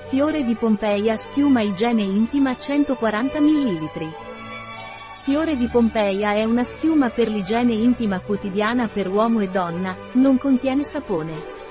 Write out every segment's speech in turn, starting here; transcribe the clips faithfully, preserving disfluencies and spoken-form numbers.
Fiore di Pompeia schiuma igiene intima centoquaranta millilitri. Fiore di Pompeia è una schiuma per l'igiene intima quotidiana per uomo e donna, non contiene sapone.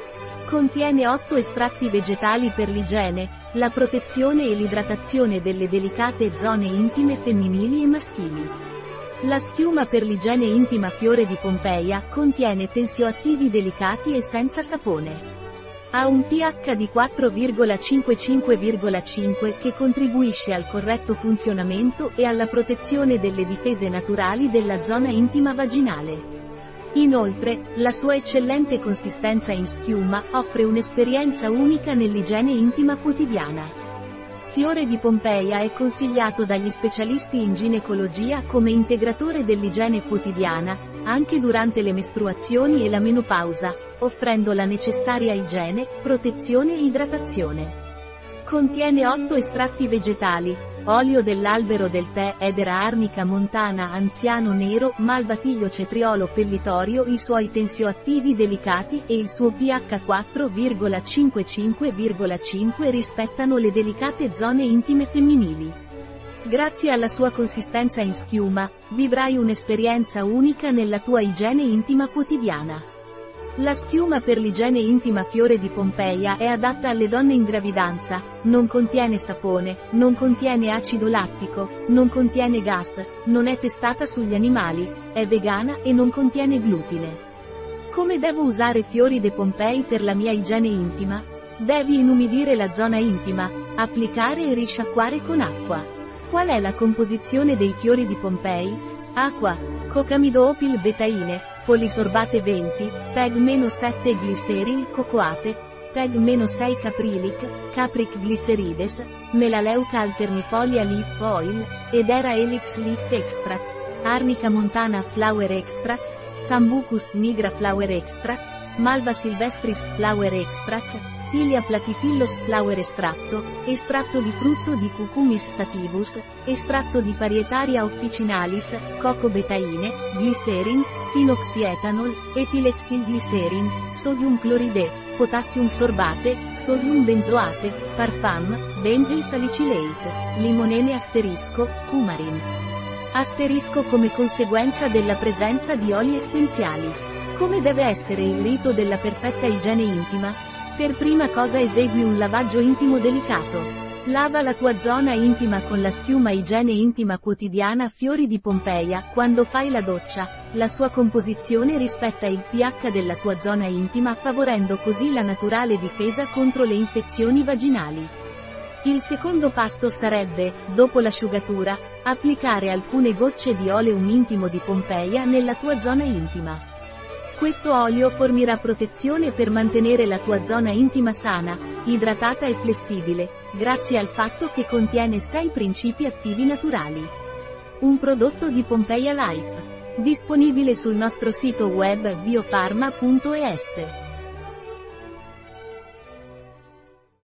Contiene otto estratti vegetali per l'igiene, la protezione e l'idratazione delle delicate zone intime femminili e maschili. La schiuma per l'igiene intima Fiore di Pompeia contiene tensioattivi delicati e senza sapone. Ha un pH di quattro virgola cinque virgola cinque che contribuisce al corretto funzionamento e alla protezione delle difese naturali della zona intima vaginale. Inoltre, la sua eccellente consistenza in schiuma offre un'esperienza unica nell'igiene intima quotidiana. Fiore di Pompeia è consigliato dagli specialisti in ginecologia come integratore dell'igiene quotidiana, anche durante le mestruazioni e la menopausa, offrendo la necessaria igiene, protezione e idratazione. Contiene otto estratti vegetali: olio dell'albero del tè, edera arnica montana anziano nero, malvatiglio cetriolo pellitorio. I suoi tensioattivi delicati e il suo pH quattro virgola cinque virgola cinque rispettano le delicate zone intime femminili. Grazie alla sua consistenza in schiuma, vivrai un'esperienza unica nella tua igiene intima quotidiana. La schiuma per l'igiene intima Fiore di Pompeia è adatta alle donne in gravidanza, non contiene sapone, non contiene acido lattico, non contiene gas, non è testata sugli animali, è vegana e non contiene glutine. Come devo usare Fiori di Pompeia per la mia igiene intima? Devi inumidire la zona intima, applicare e risciacquare con acqua. Qual è la composizione dei Fiori di Pompeia? Acqua, cocamidopil betaine, polisorbate venti, P E G sette gliceril cocoate, P E G sei caprilic, capric glycerides, melaleuca alternifolia leaf oil, edera helix leaf extract, arnica montana flower extract, sambucus nigra flower extract, malva silvestris flower extract, Tilia platyphilus flower estratto, estratto di frutto di Cucumis sativus, estratto di Parietaria officinalis, coco betaine, glycerin, phenoxyethanol, epilexylglycerin, sodium chloride, potassium sorbate, sodium benzoate, parfum, benzyl salicylate, limonene asterisco, cumarin. Asterisco come conseguenza della presenza di oli essenziali. Come deve essere il rito della perfetta igiene intima? Per prima cosa esegui un lavaggio intimo delicato. Lava la tua zona intima con la schiuma igiene intima quotidiana Fiori di Pompeia. Quando fai la doccia, la sua composizione rispetta il pH della tua zona intima, favorendo così la naturale difesa contro le infezioni vaginali. Il secondo passo sarebbe, dopo l'asciugatura, applicare alcune gocce di oleum intimo di Pompeia nella tua zona intima. Questo olio fornirà protezione per mantenere la tua zona intima sana, idratata e flessibile, grazie al fatto che contiene sei principi attivi naturali. Un prodotto di Pompeia Life. Disponibile sul nostro sito web biofarma punto es.